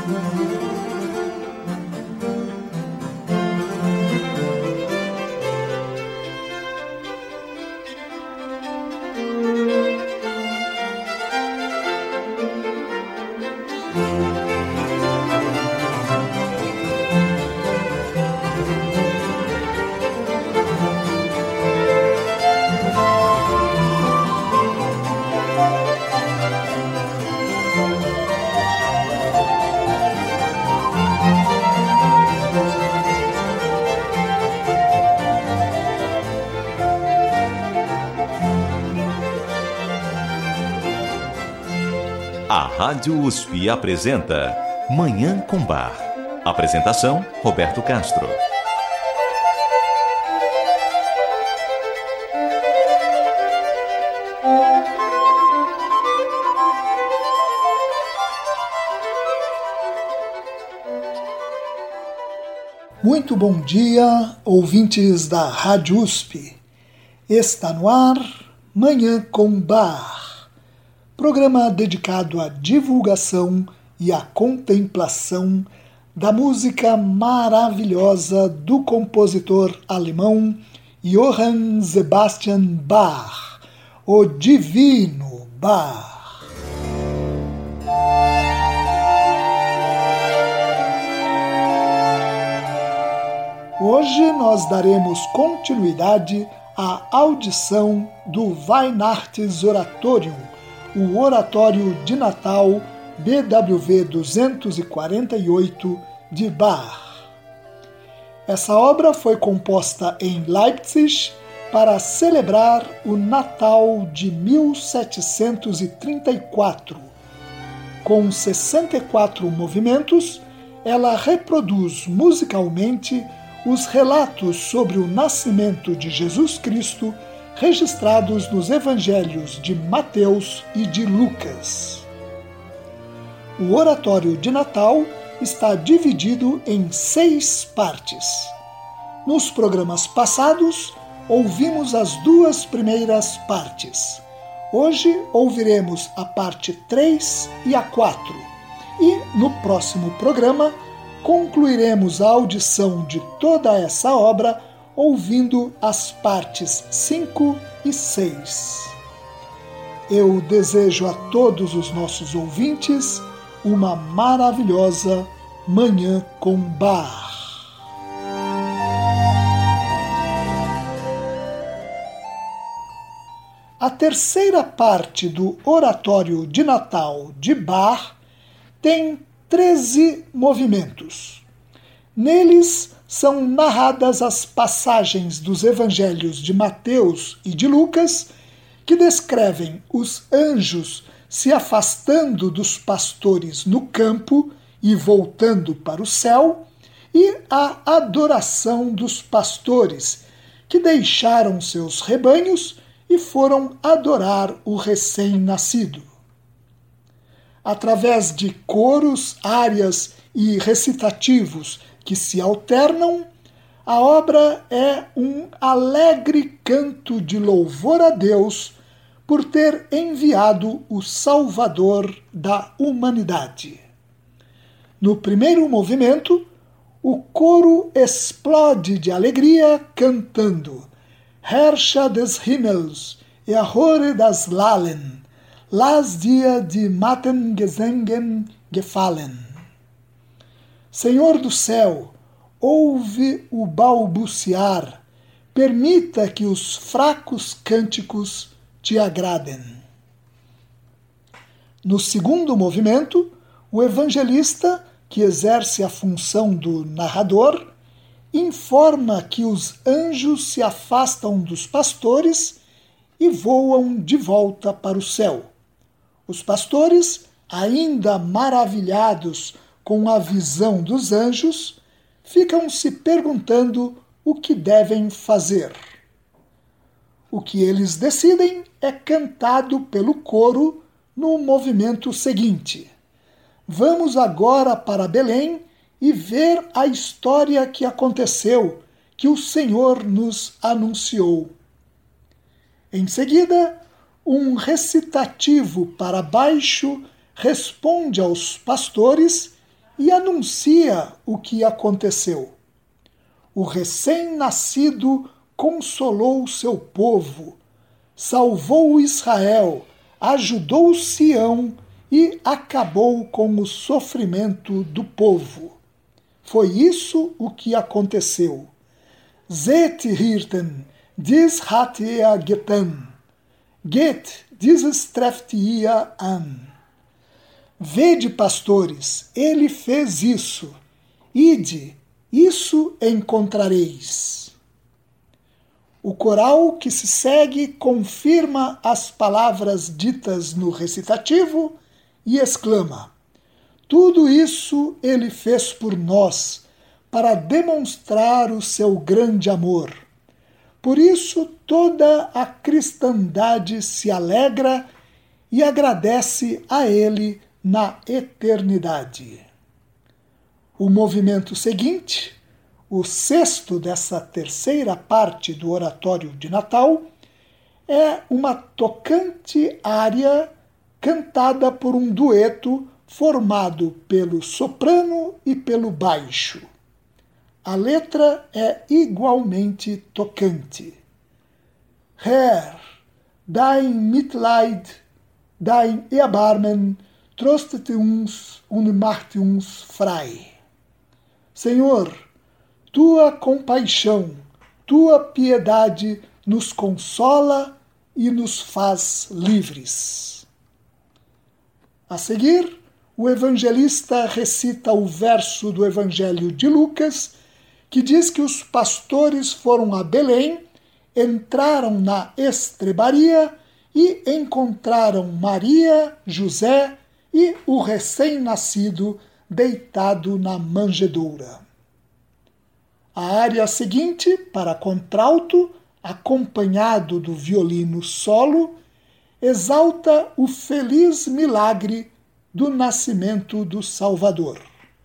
A Rádio USP apresenta Manhã com Bar. Apresentação, Roberto Castro. Muito bom dia, ouvintes da Rádio USP. Está no ar Manhã com Bar. Programa dedicado à divulgação e à contemplação da música maravilhosa do compositor alemão Johann Sebastian Bach, o Divino Bach. Hoje nós daremos continuidade à audição do Weihnachtsoratorium, o Oratório de Natal BWV 248 de Bach. Essa obra foi composta em Leipzig para celebrar o Natal de 1734. Com 64 movimentos, ela reproduz musicalmente os relatos sobre o nascimento de Jesus Cristo registrados nos evangelhos de Mateus e de Lucas. O Oratório de Natal está dividido em 6 partes. Nos programas passados, ouvimos as 2 primeiras partes. Hoje ouviremos a parte 3 e a 4. E, no próximo programa, concluiremos a audição de toda essa obra ouvindo as partes 5 e 6. Eu desejo a todos os nossos ouvintes uma maravilhosa Manhã com Bach. A terceira parte do Oratório de Natal de Bach tem 13 movimentos. Neles são narradas as passagens dos evangelhos de Mateus e de Lucas, que descrevem os anjos se afastando dos pastores no campo e voltando para o céu, e a adoração dos pastores, que deixaram seus rebanhos e foram adorar o recém-nascido. Através de coros, árias e recitativos que se alternam, a obra é um alegre canto de louvor a Deus por ter enviado o Salvador da humanidade. No primeiro movimento, o coro explode de alegria cantando Herrscher des Himmels, erhöre das Lallen, lass dir die matten Gesängen gefallen. Senhor do céu, ouve o balbuciar, permita que os fracos cânticos te agradem. No segundo movimento, o evangelista, que exerce a função do narrador, informa que os anjos se afastam dos pastores e voam de volta para o céu. Os pastores, ainda maravilhados com a visão dos anjos, ficam se perguntando o que devem fazer. O que eles decidem é cantado pelo coro no movimento seguinte. Vamos agora para Belém e ver a história que aconteceu, que o Senhor nos anunciou. Em seguida, um recitativo para baixo responde aos pastores e anuncia o que aconteceu. O recém-nascido consolou seu povo, salvou Israel, ajudou Sião e acabou com o sofrimento do povo. Foi isso o que aconteceu. Seht Hirten, dies hat getan. Geht, dieses trefft ihr an. Vede, pastores, ele fez isso. Ide, isso encontrareis. O coral que se segue confirma as palavras ditas no recitativo e exclama: tudo isso ele fez por nós, para demonstrar o seu grande amor. Por isso toda a cristandade se alegra e agradece a ele na eternidade. O movimento seguinte, o sexto dessa terceira parte do oratório de Natal, é uma tocante área cantada por um dueto formado pelo soprano e pelo baixo. A letra é igualmente tocante. Herr, dein Mitleid, dein Erbarmen, tröstet uns und macht uns frei. Senhor, tua compaixão, tua piedade nos consola e nos faz livres. A seguir, o evangelista recita o verso do Evangelho de Lucas, que diz que os pastores foram a Belém, entraram na estrebaria e encontraram Maria, José e o recém-nascido deitado na manjedoura. A área seguinte, para contralto, acompanhado do violino solo, exalta o feliz milagre do nascimento do Salvador.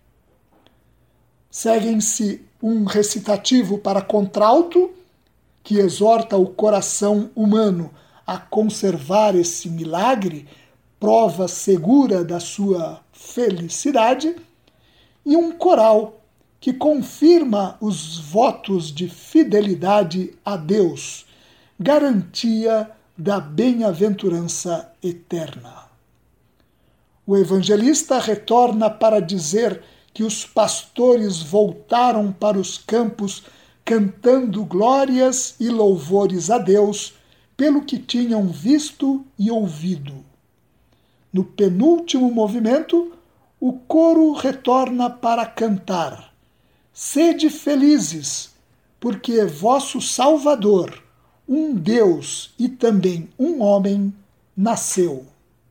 Seguem-se um recitativo para contralto, que exorta o coração humano a conservar esse milagre, prova segura da sua felicidade, e um coral que confirma os votos de fidelidade a Deus, garantia da bem-aventurança eterna. O evangelista retorna para dizer que os pastores voltaram para os campos cantando glórias e louvores a Deus pelo que tinham visto e ouvido. No penúltimo movimento, o coro retorna para cantar: sede felizes, porque vosso Salvador, um Deus e também um homem, nasceu.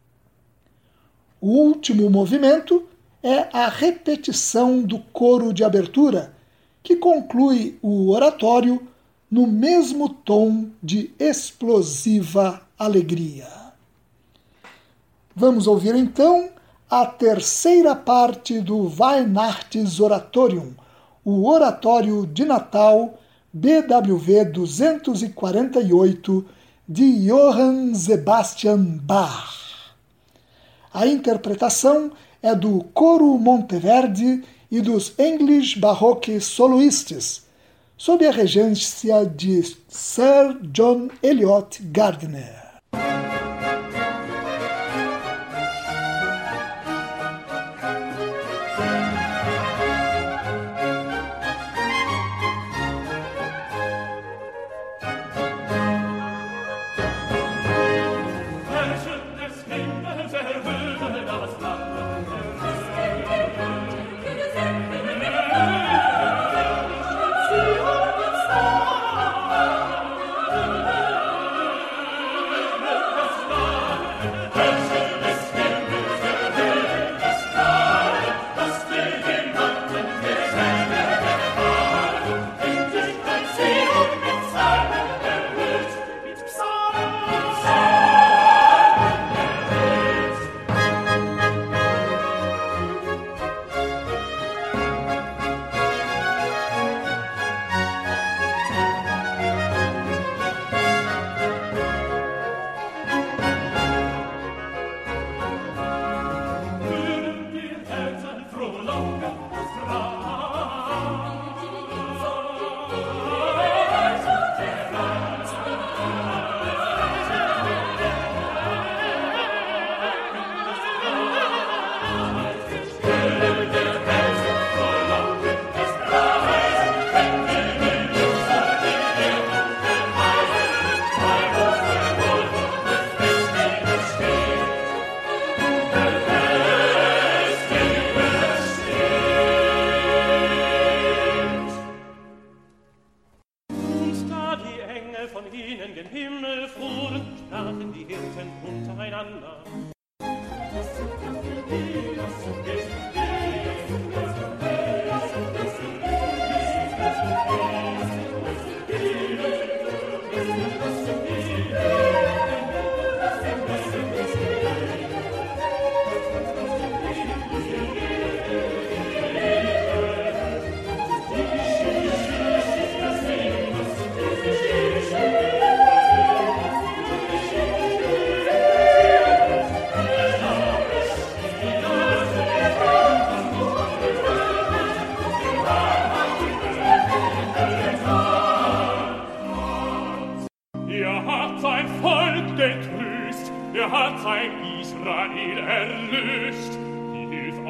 O último movimento é a repetição do coro de abertura, que conclui o oratório no mesmo tom de explosiva alegria. Vamos ouvir então a terceira parte do Weihnachtsoratorium, o Oratório de Natal BWV 248 de Johann Sebastian Bach. A interpretação é do Coro Monteverdi e dos English Baroque Soloists, sob a regência de Sir John Eliot Gardiner.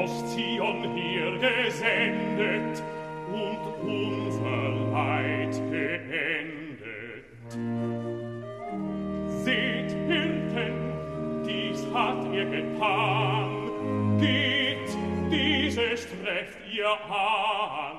aus Zion hier gesendet und unser Leid geendet. Seht, Hirten, dies hat er getan, geht, dieses trefft ihr an.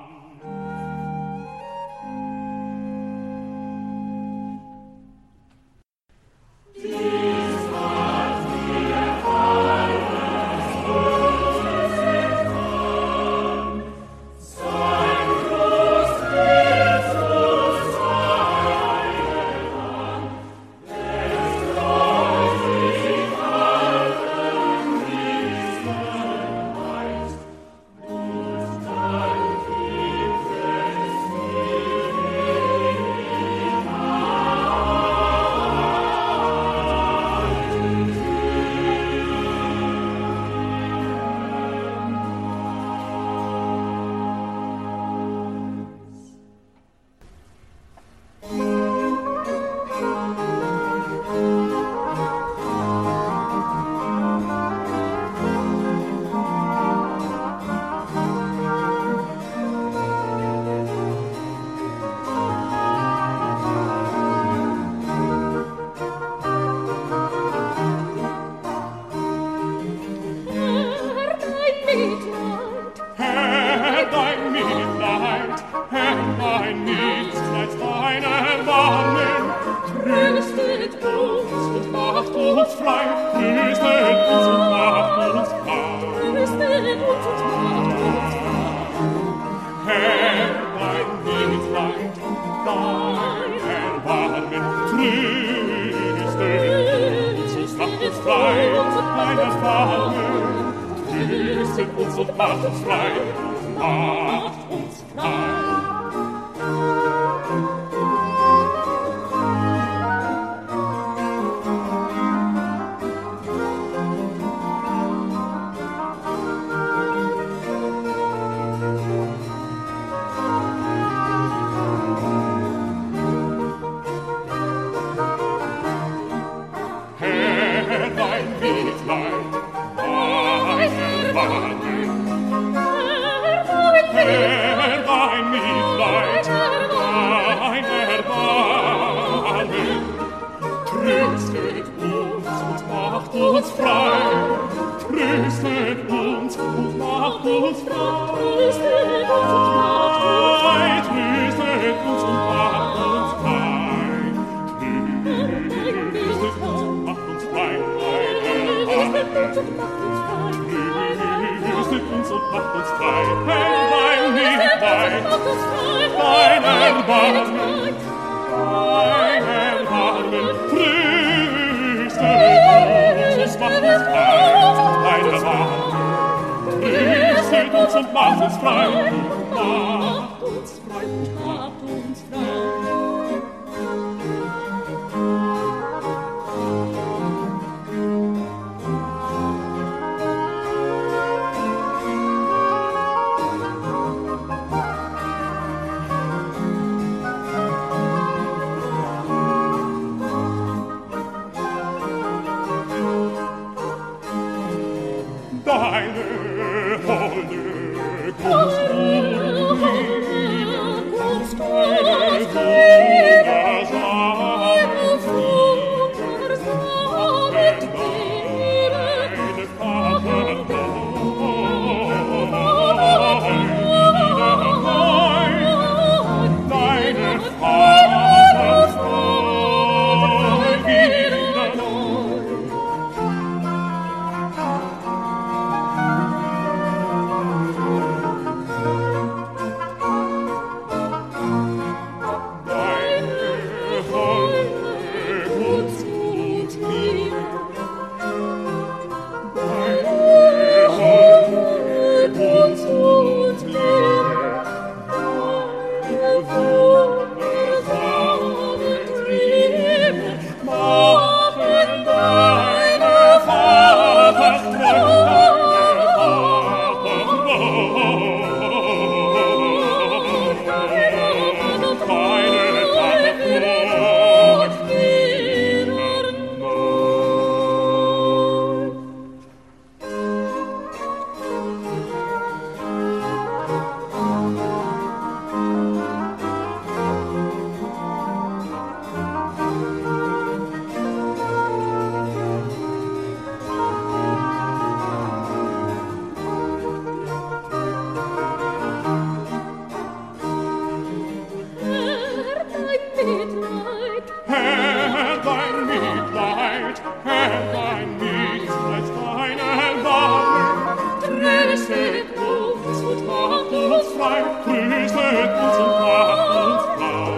Machtensfrei, tröstet uns und macht uns frei.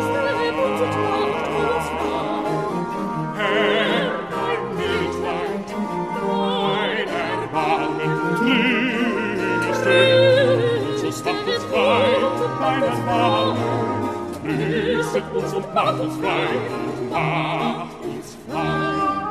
Herr, dein Mitleid, dein Erbarmen, tröstet uns und macht uns frei. Dein Erbarmen, tröstet uns und macht uns frei. Macht uns frei.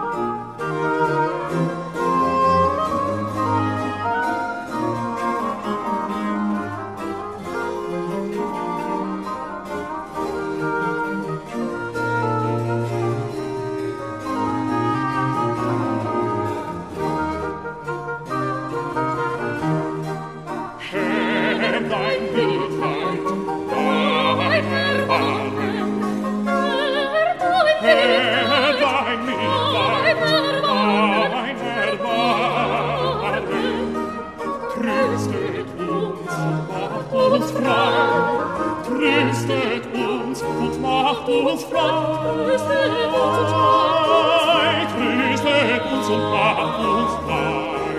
Tröstet uns und macht uns frei. Tröstet uns und macht uns frei.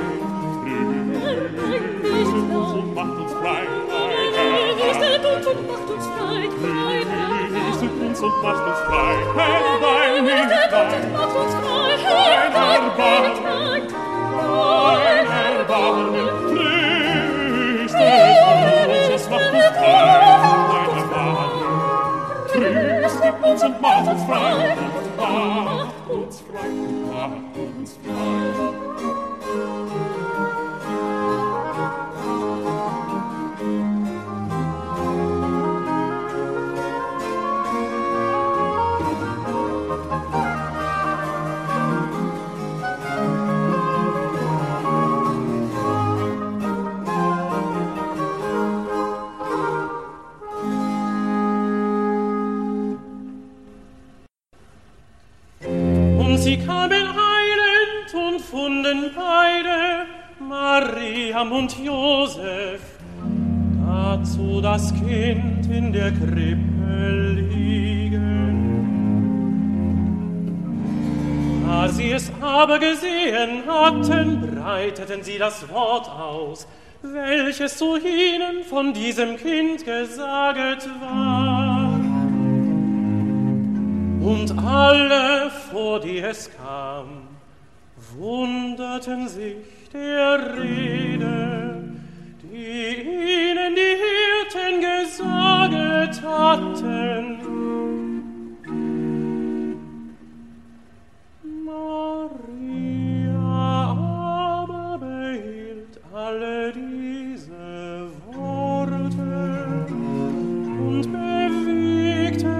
Tröstet uns und macht uns frei. Tröstet uns und macht uns frei. Tröstet uns und macht uns frei. Herr, dein Mitleid, macht uns frei. Dein Erbarmen, dein Erbarmen, tröstet uns, macht uns frei. Tröstet uns und macht uns frei, macht uns frei, macht uns frei. Sie kamen eilend und funden beide, Mariam und Josef, dazu das Kind in der Krippe liegen. Da sie es aber gesehen hatten, breiteten sie das Wort aus, welches zu ihnen von diesem Kind gesaget war. Und alle, vor die es kam, wunderten sich der Rede, die ihnen die Hirten gesaget hatten. Maria aber behielt alle diese Worte und bewegte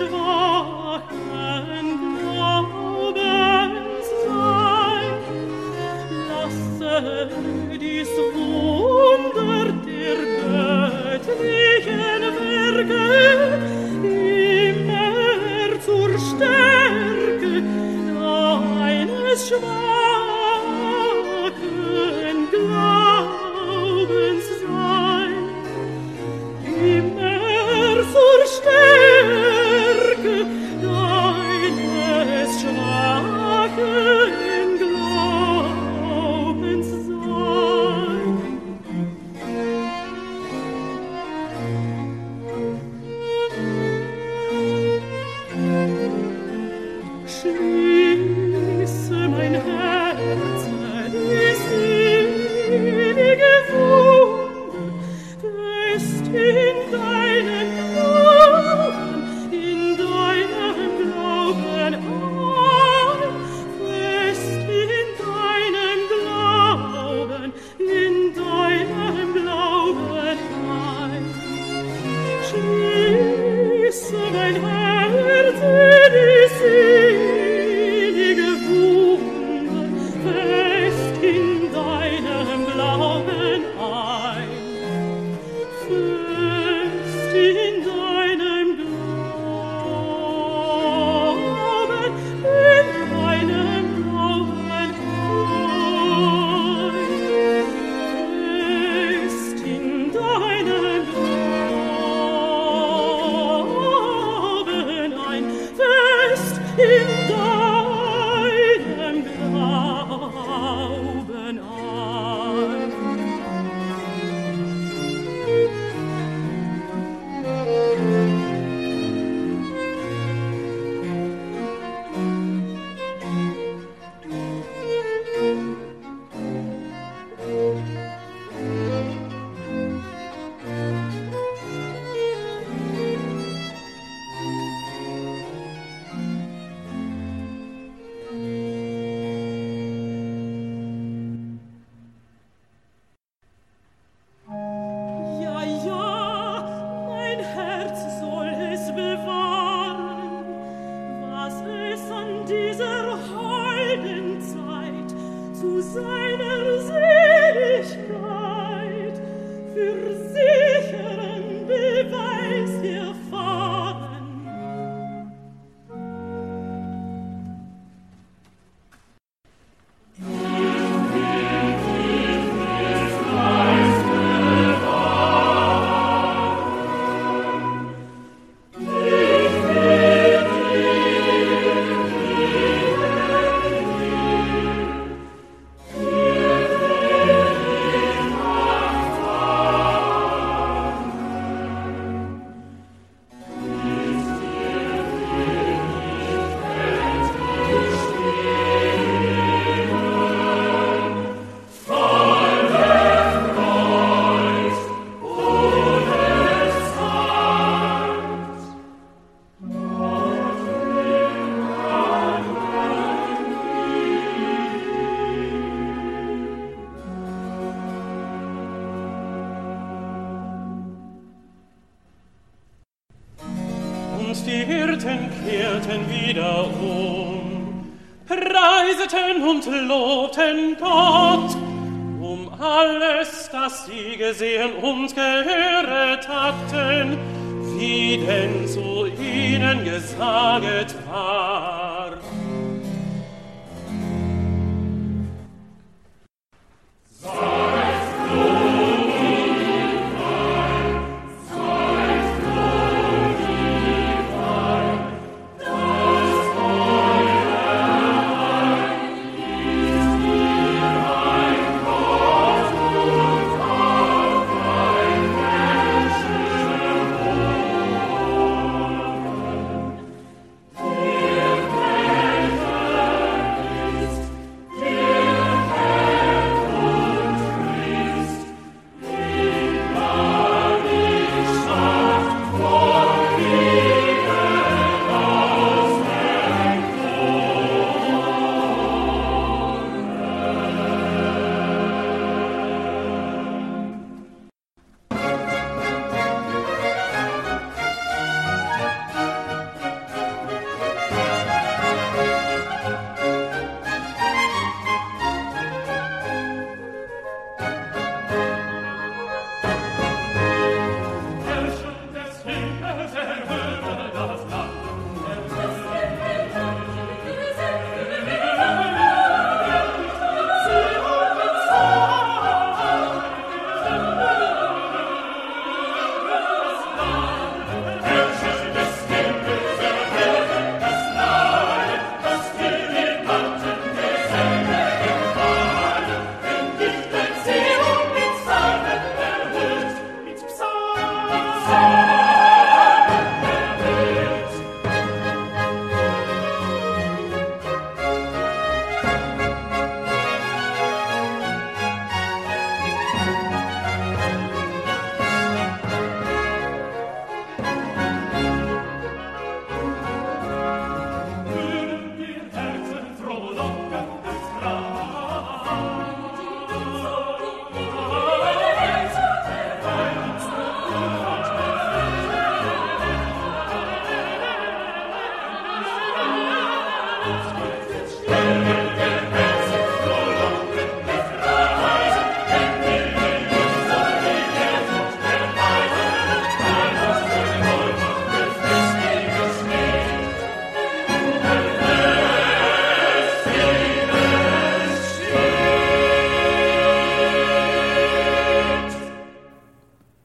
die Hirten kehrten wieder preiseten und lobten Gott, alles, das sie gesehen und gehöret hatten, wie denn zu ihnen gesaget war. Give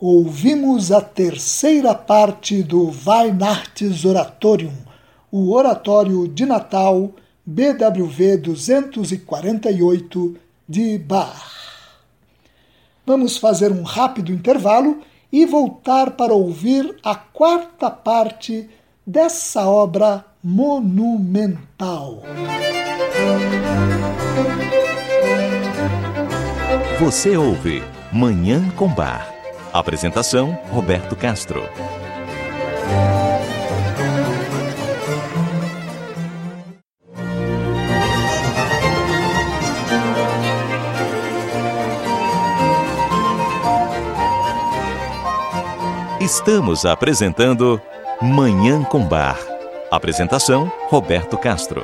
ouvimos a terceira parte do Weihnachtsoratorium, o Oratório de Natal BWV 248 de Bach. Vamos fazer um rápido intervalo e voltar para ouvir a quarta parte dessa obra monumental. Você ouve Manhã com Bar. Apresentação, Roberto Castro. Estamos apresentando Manhã com Bar. Apresentação, Roberto Castro.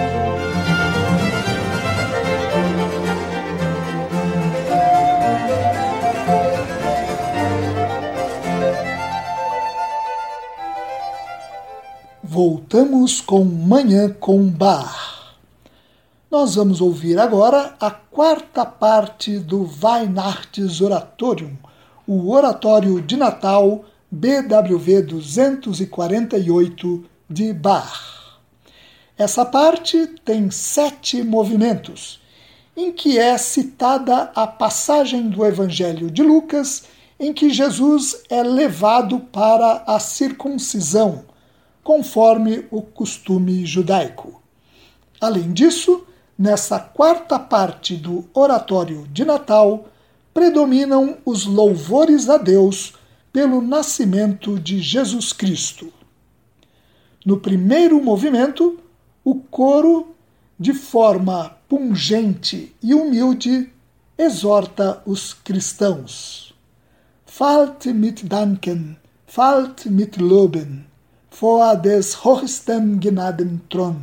Voltamos com Manhã com Bar. Nós vamos ouvir agora a quarta parte do Weihnachtsoratorium, o Oratório de Natal BWV 248 de Bach. Essa parte tem 7 movimentos, em que é citada a passagem do Evangelho de Lucas em que Jesus é levado para a circuncisão, conforme o costume judaico. Além disso, nessa quarta parte do Oratório de Natal, predominam os louvores a Deus pelo nascimento de Jesus Cristo. No primeiro movimento, o coro, de forma pungente e humilde, exorta os cristãos. Fallt mit Danken, fallt mit Loben, vor des hochsten Gnadenthron.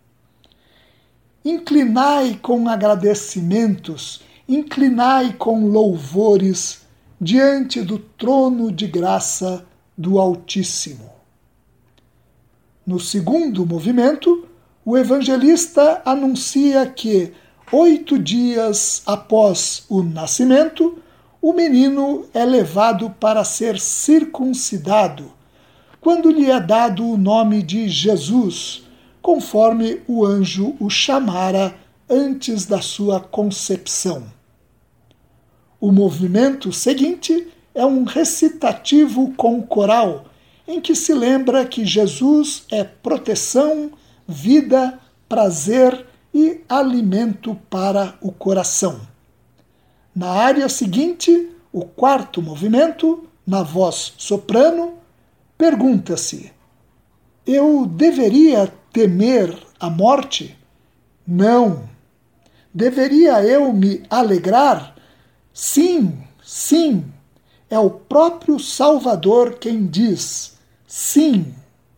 Inclinai com agradecimentos, inclinai com louvores diante do trono de graça do Altíssimo. No segundo movimento, o evangelista anuncia que, 8 dias após o nascimento, o menino é levado para ser circuncidado, quando lhe é dado o nome de Jesus, conforme o anjo o chamara antes da sua concepção. O movimento seguinte é um recitativo com coral, em que se lembra que Jesus é proteção, vida, prazer e alimento para o coração. Na área seguinte, o quarto movimento, na voz soprano, pergunta-se: eu deveria temer a morte? Não. Deveria eu me alegrar? Sim, sim. É o próprio Salvador quem diz sim.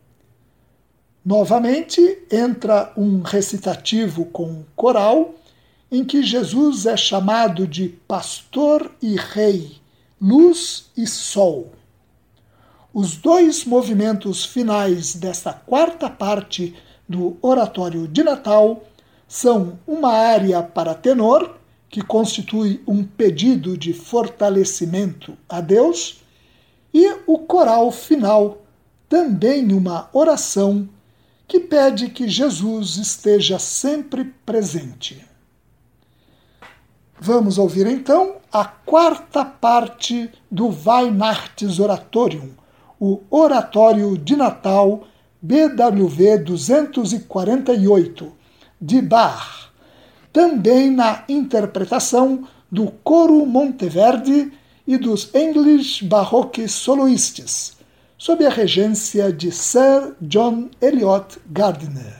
Novamente entra um recitativo com coral, em que Jesus é chamado de pastor e rei, luz e sol. Os 2 movimentos finais desta quarta parte do Oratório de Natal são uma área para tenor, que constitui um pedido de fortalecimento a Deus, e o coral final, também uma oração, que pede que Jesus esteja sempre presente. Vamos ouvir então a quarta parte do Weihnachtsoratorium, o Oratório de Natal BWV 248 de Bach, também na interpretação do Coro Monteverdi e dos English Baroque Soloists, sob a regência de Sir John Eliot Gardiner.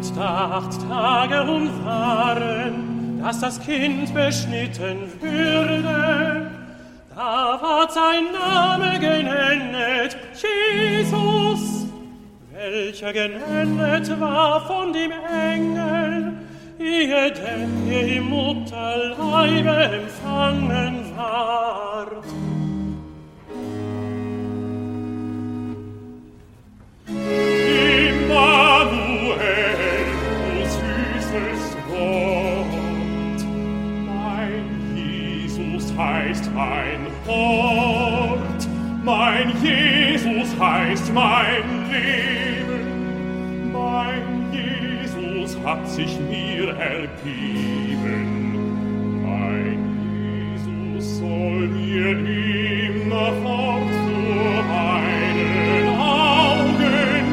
dacht Tage und waren, dass das Kind beschnitten würde. Da ward sein Name genennet, Jesus, welcher genennet war von dem Engel, ehe denn er im Mutterleibe empfangen ward. Immanuel, o süßes Wort, mein Jesus heißt mein Hort, mein Jesus heißt mein Leben, mein Jesus hat sich mir ergeben, mein Jesus soll mir immerfort vor meinen Augen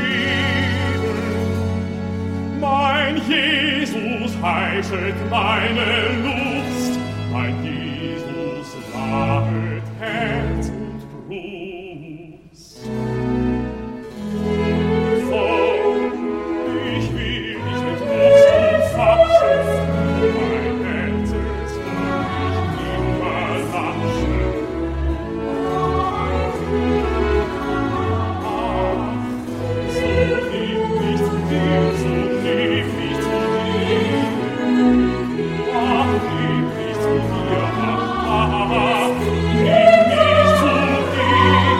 schweben. Mein Jesus heischet meine Lust, mein Jesus lahet Herz und Brust. Ich will nicht mit Lust und Fachschaft mein Herz soll ich immer lachen. So lieb mich zu dir, so lieb mich zu dir. Ach, lieb mich zu dir, lieb mich zu dir.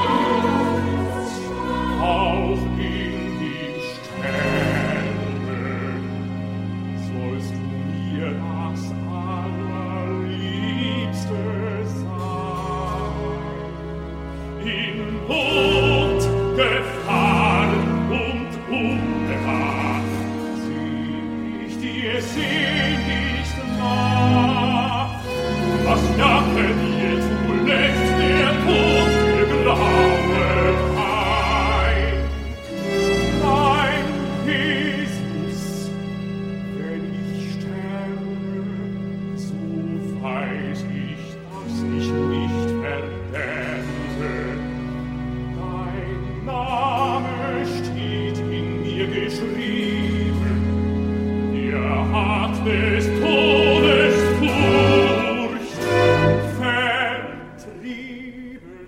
Auch in den Sternen sollst du mir das Allerliebste sein. In Not, Gefahr und Unbehagen sieh ich dir sehnlichst nach. Was jacke dir zuletzt der Tod gegrauet ein? Nein, Jesus, wenn ich sterbe, so weiß ich, dass ich nicht verderbe. Dein Name steht in mir geschrieben, der hat des Todes Furcht vertrieben.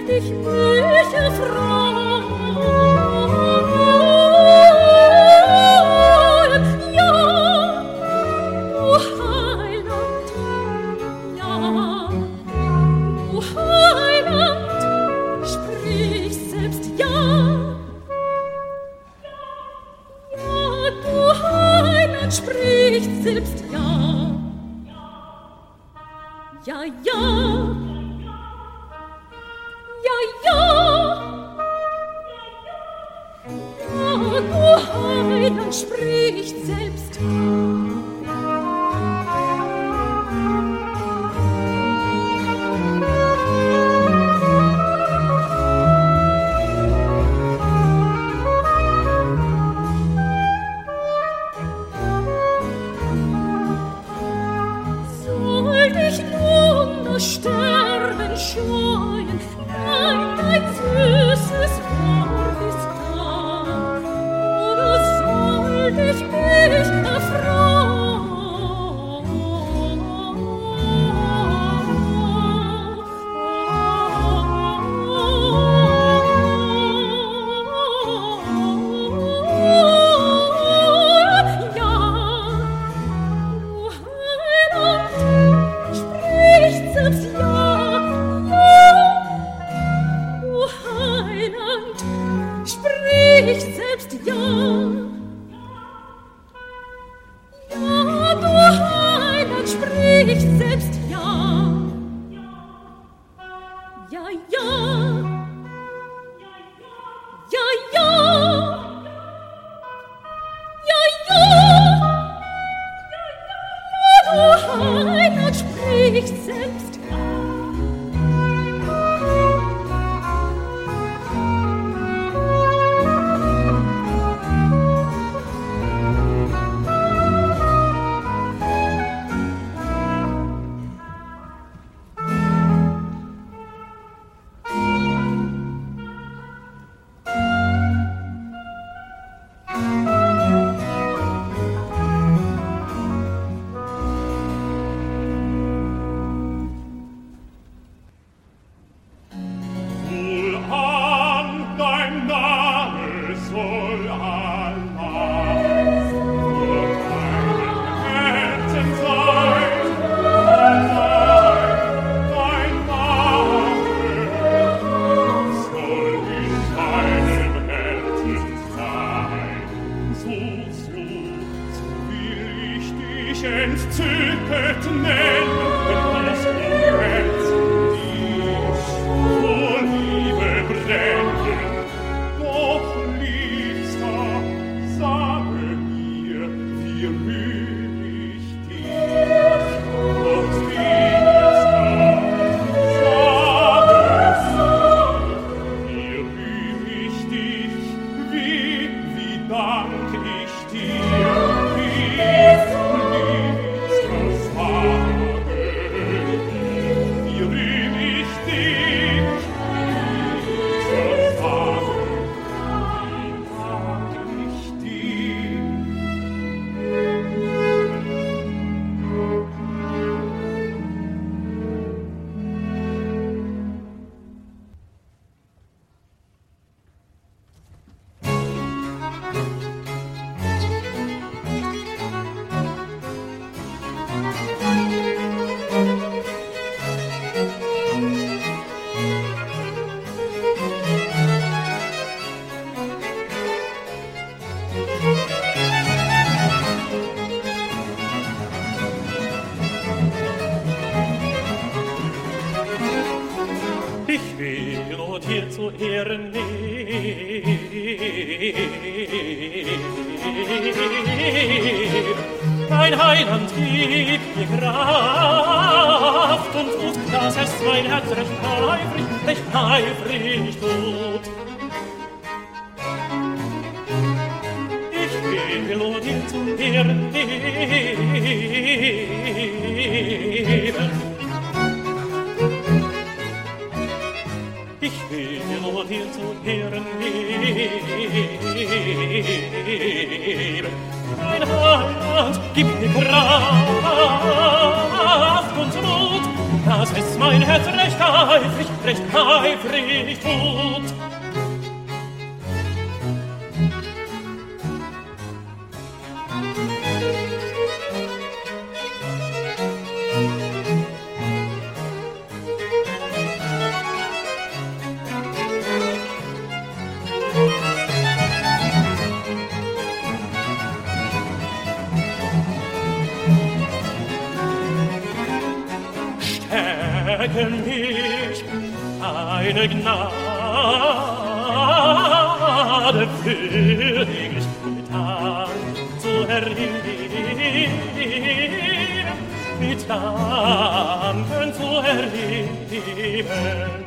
Mein Heiland, gib mir Kraft und Mut, dass es mein Herz recht eifrig tut. Ich will nur dir zu Ehren leben. Ich will nur dir zu Ehren leben. Mein Heiland, gib mir Kraft und Mut, dass es mein Herz recht eifrig tut. Stärken mich eine Gnade würdig mit Dank zu erheben, mit Danken zu erheben.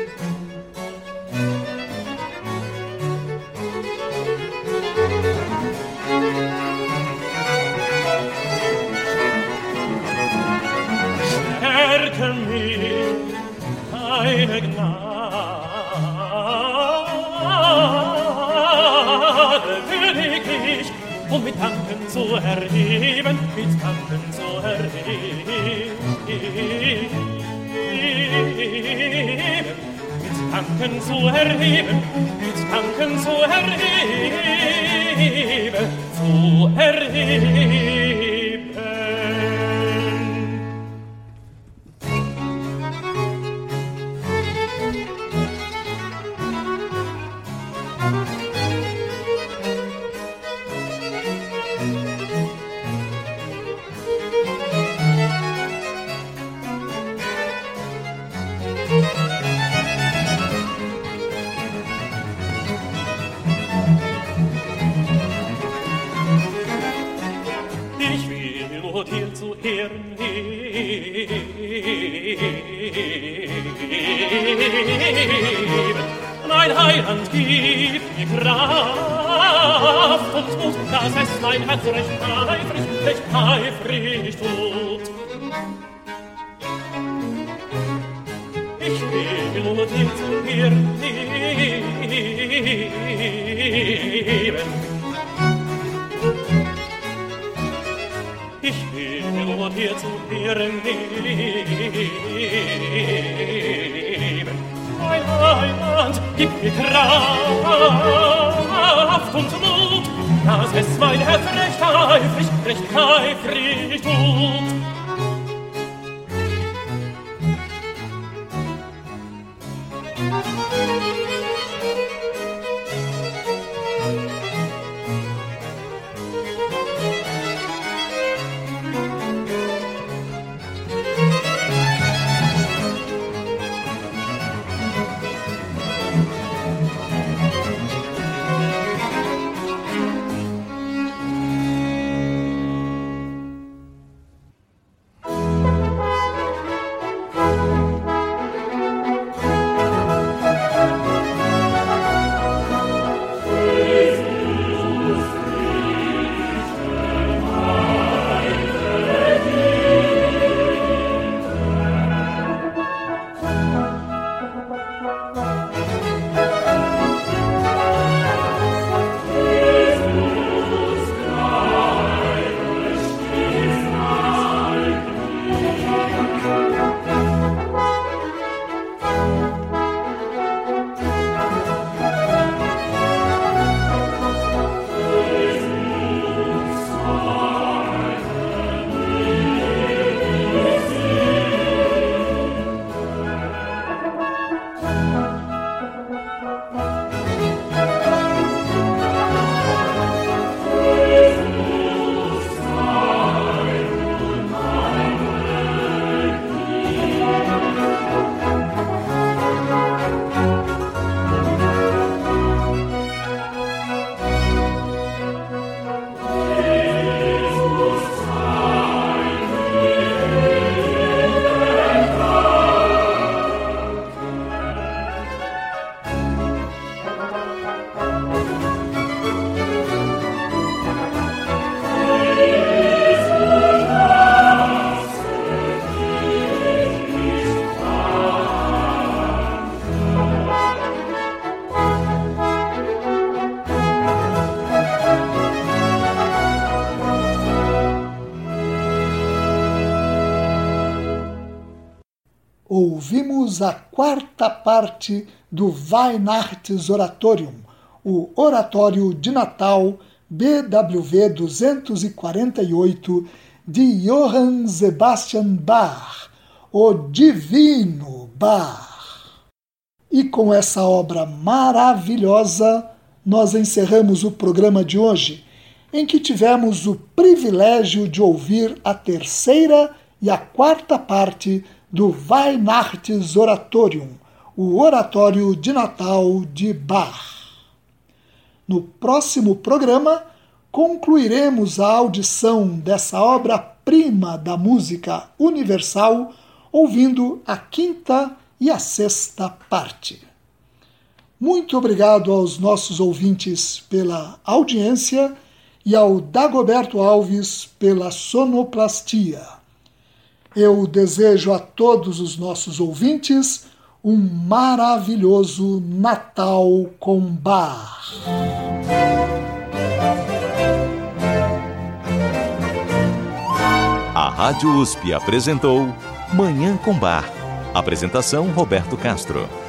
Stärken mich eine Gnade würdig ich, mit Danken zu erheben, mit Danken zu erheben, mit Danken zu erheben, mit Danken zu erheben, zu erheben. Dir zu Ehren heben. Mein Heiland, gib mir Kraft und Mut, dass es mein Herz recht eifrig tut. Ich will nur dir zu Ehren heben. Ich will nur dir zu Ehren heben. Mein Heiland, gib mir Kraft und Mut, dass es mein Herz recht eifrig tut. ouvimos a quarta parte do Weihnachtsoratorium, o Oratório de Natal BWV 248 de Johann Sebastian Bach, o Divino Bach. E com essa obra maravilhosa, nós encerramos o programa de hoje, em que tivemos o privilégio de ouvir a terceira e a quarta parte do Weihnachtsoratorium, o Oratório de Natal de Bach. No próximo programa, concluiremos a audição dessa obra-prima da música universal, ouvindo a quinta e a sexta parte. Muito obrigado aos nossos ouvintes pela audiência e ao Dagoberto Alves pela sonoplastia. Eu desejo a todos os nossos ouvintes um maravilhoso Natal com Bach. A Rádio USP apresentou Manhã com Bach. Apresentação Roberto Castro.